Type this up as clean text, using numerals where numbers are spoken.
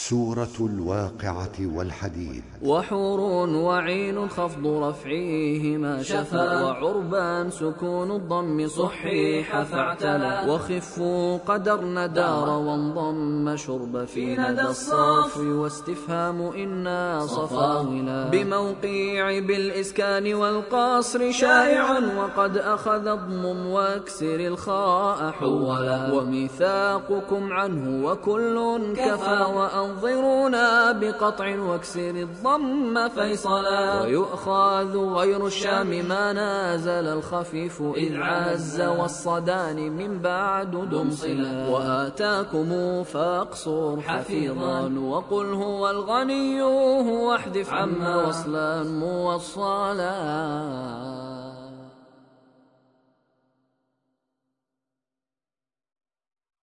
سورة الواقعة والحديد. وحور وعين خفض رفعيهما شفا، وعربان سكون الضم صحيح فاعتلى، وخفوا قدرن دار وانضم شرب في ندى الصاف، واستفهام إنا صفاولا بموقيع بالإسكان والقصر شائع، وقد أخذ اضمم واكسر الخاء حولا، وميثاقكم عنه وكل كفى، وأنظرونا بقطع واكسر الضم فيصلا، ويؤخذ غير الشام ما نازل الخفيف إذ عز، والصدان من بعد دمصلا، وآتاكم فاقصر حفيظا، وقل هو الغني هو احذف عما وصلا موصلا.